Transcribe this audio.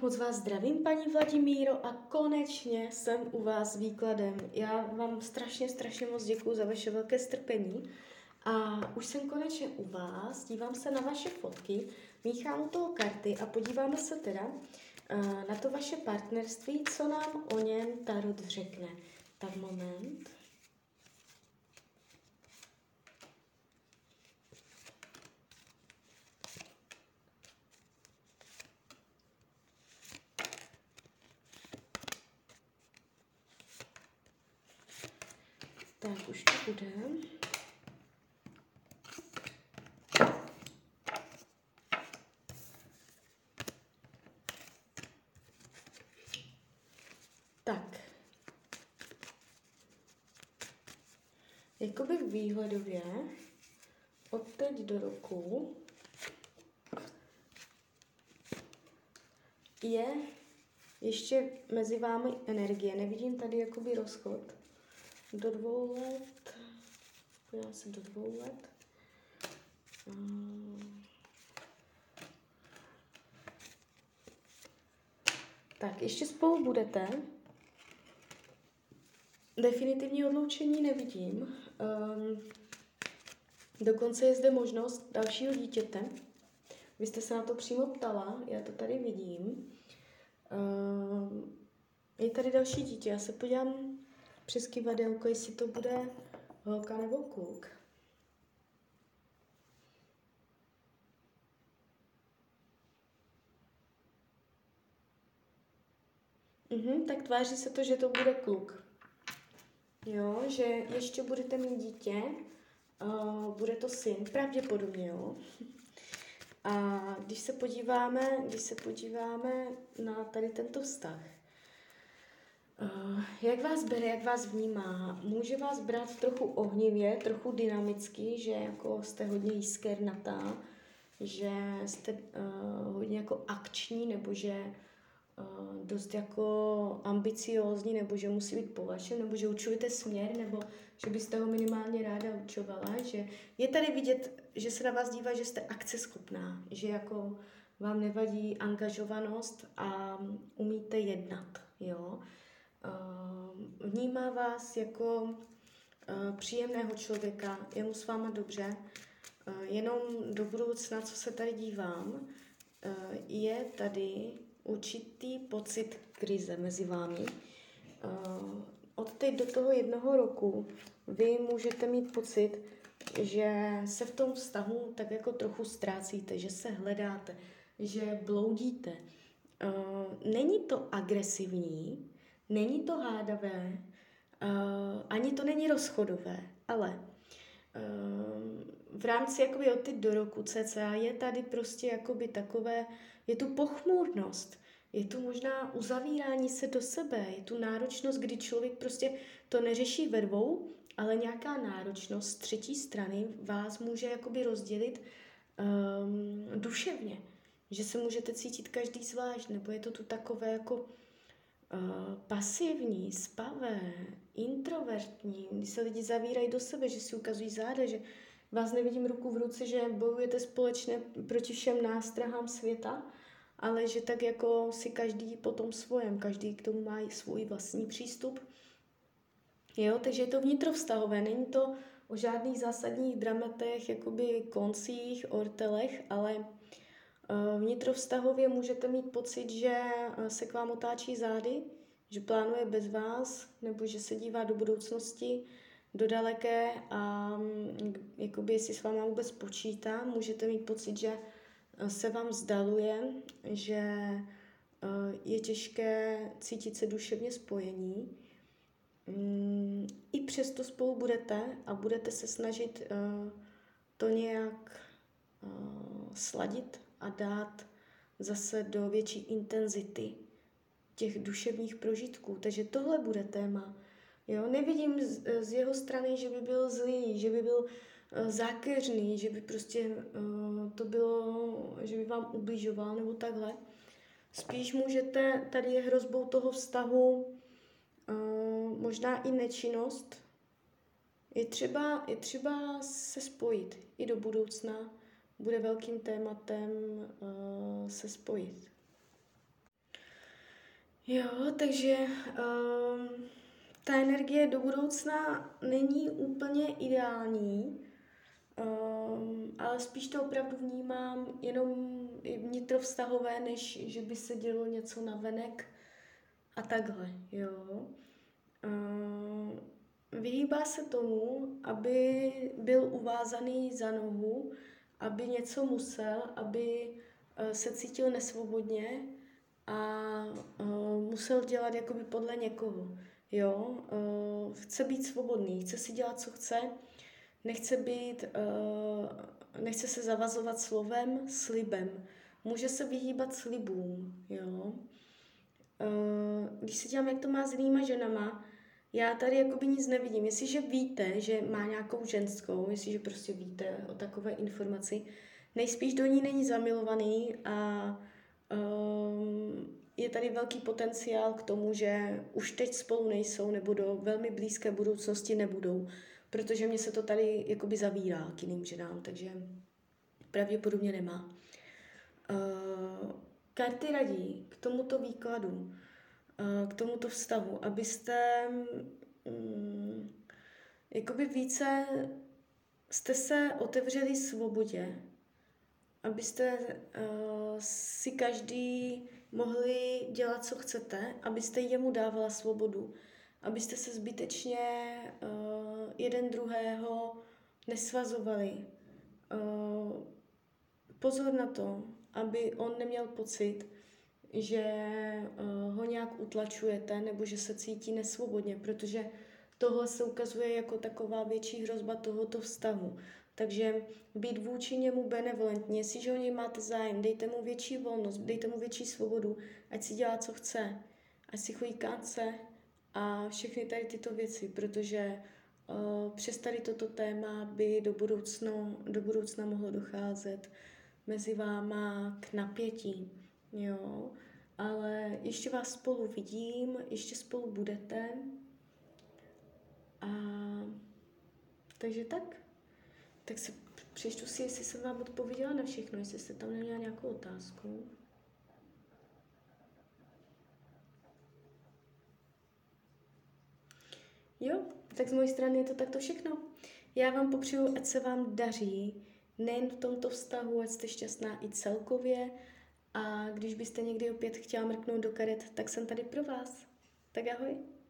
Tak moc vás zdravím, paní Vladimíro, a konečně jsem u vás s výkladem. Já vám strašně moc děkuju za vaše velké strpení. A už jsem konečně u vás, dívám se na vaše fotky, míchám u toho karty a podíváme se teda na to vaše partnerství, co nám o něm Tarot řekne. Tak moment. Tak, už to bude. Tak. Jakoby výhledově od teď do roku je ještě mezi vámi energie. Nevidím tady jakoby rozchod. Do 2 let. Podívám se do 2 let. Tak, ještě spolu budete. Definitivní odloučení nevidím. Dokonce je zde možnost dalšího dítěte. Vy jste se na to přímo ptala, já to tady vidím. Je tady další dítě, já se podívám přes kyvadelko, jestli to bude holka nebo kluk. Tak tváří se to, že to bude kluk. Jo, že ještě budete mít dítě, bude to syn, pravděpodobně, jo. A když se podíváme na tady tento vztah, jak vás bere, jak vás vnímá, může vás brát trochu ohnivě, trochu dynamicky, že jako jste hodně jiskernatá, že jste hodně jako akční, nebo že dost jako ambiciózní, nebo že musí být po vašem, nebo že určujete směr, nebo že byste ho minimálně ráda určovala, že je tady vidět, že se na vás dívá, že jste akceschopná, že jako vám nevadí angažovanost a umíte jednat, jo. Vnímá vás jako příjemného člověka, je mu s váma dobře, jenom do budoucna, co se tady dívám, je tady určitý pocit krize mezi vámi. Od teď do toho 1 roku vy můžete mít pocit, že se v tom vztahu tak jako trochu ztrácíte, že se hledáte, že bloudíte. Není to agresivní, není to hádavé, ani to není rozchodové, ale v rámci jakoby od teď do roku cca je tady prostě jakoby takové, je tu pochmurnost, je tu možná uzavírání se do sebe, je tu náročnost, kdy člověk prostě to neřeší ve 2, ale nějaká náročnost z třetí strany vás může jakoby rozdělit duševně, že se můžete cítit každý zvlášť, nebo je to tu takové jako pasivní, spavé, introvertní, když se lidi zavírají do sebe, že si ukazují záda, že vás nevidím ruku v ruce, že bojujete společně proti všem nástrahám světa, ale že tak jako si každý po tom svojem, každý k tomu má svůj vlastní přístup. Jo, takže je to vnitrovztahové, není to o žádných zásadních dramatech, jakoby koncích, ortelech, ale vnitrovztahově můžete mít pocit, že se k vám otáčí zády, že plánuje bez vás, nebo že se dívá do budoucnosti, do daleké a jakoby jestli s váma vůbec počítá, můžete mít pocit, že se vám vzdaluje, že je těžké cítit se duševně spojení. I přesto spolu budete a budete se snažit to nějak sladit a dát zase do větší intenzity těch duševních prožitků. Takže tohle bude téma. Jo? Nevidím z jeho strany, že by byl zlý, že by byl zákeřný, že by prostě to bylo, že by vám ubližoval nebo takhle. Spíš můžete, tady je hrozbou toho vztahu možná i nečinnost. Je třeba se spojit i do budoucna. Bude velkým tématem se spojit. Jo, takže ta energie do budoucna není úplně ideální, ale spíš to opravdu vnímám jenom i vnitrovztahové, než že by se dělo něco navenek a takhle, jo. Vyhýbá se tomu, aby byl uvázaný za nohu, aby něco musel, aby se cítil nesvobodně a musel dělat jakoby podle někoho. Jo? Chce být svobodný, chce si dělat, co chce, nechce se zavazovat slovem, slibem. Může se vyhýbat slibům. Jo? Když si dělám, jak to má s jinýma ženama, já tady jakoby nic nevidím. Jestliže víte, že má nějakou ženskou, jestliže prostě víte o takové informaci, nejspíš do ní není zamilovaný a je tady velký potenciál k tomu, že už teď spolu nejsou nebo do velmi blízké budoucnosti nebudou, protože mě se to tady jakoby zavírá k jiným ženám, takže pravděpodobně nemá. Karty radí k tomuto výkladu, k tomuto vztahu, abyste jakoby více jste se otevřeli svobodě, abyste si každý mohli dělat, co chcete, abyste jemu dávala svobodu, abyste se zbytečně jeden druhého nesvazovali. Pozor na to, aby on neměl pocit, že ho nějak utlačujete nebo že se cítí nesvobodně, protože tohle se ukazuje jako taková větší hrozba tohoto vztahu. Takže být vůči němu benevolentní, jestliže o něj máte zájem, dejte mu větší volnost, dejte mu větší svobodu, ať si dělá, co chce, ať si chodí káce a všechny tady tyto věci, protože přes tady toto téma by do budoucna mohlo docházet mezi váma k napětí, jo, ale ještě vás spolu vidím, ještě spolu budete a takže tak se přečtu si, jestli jsem vám odpověděla na všechno, jestli jste tam neměla nějakou otázku. Jo, tak z mojej strany je to takto všechno. Já vám popřeju, ať se vám daří, nejen v tomto vztahu, ať jste šťastná i celkově. A když byste někdy opět chtěla mrknout do karet, tak jsem tady pro vás. Tak ahoj.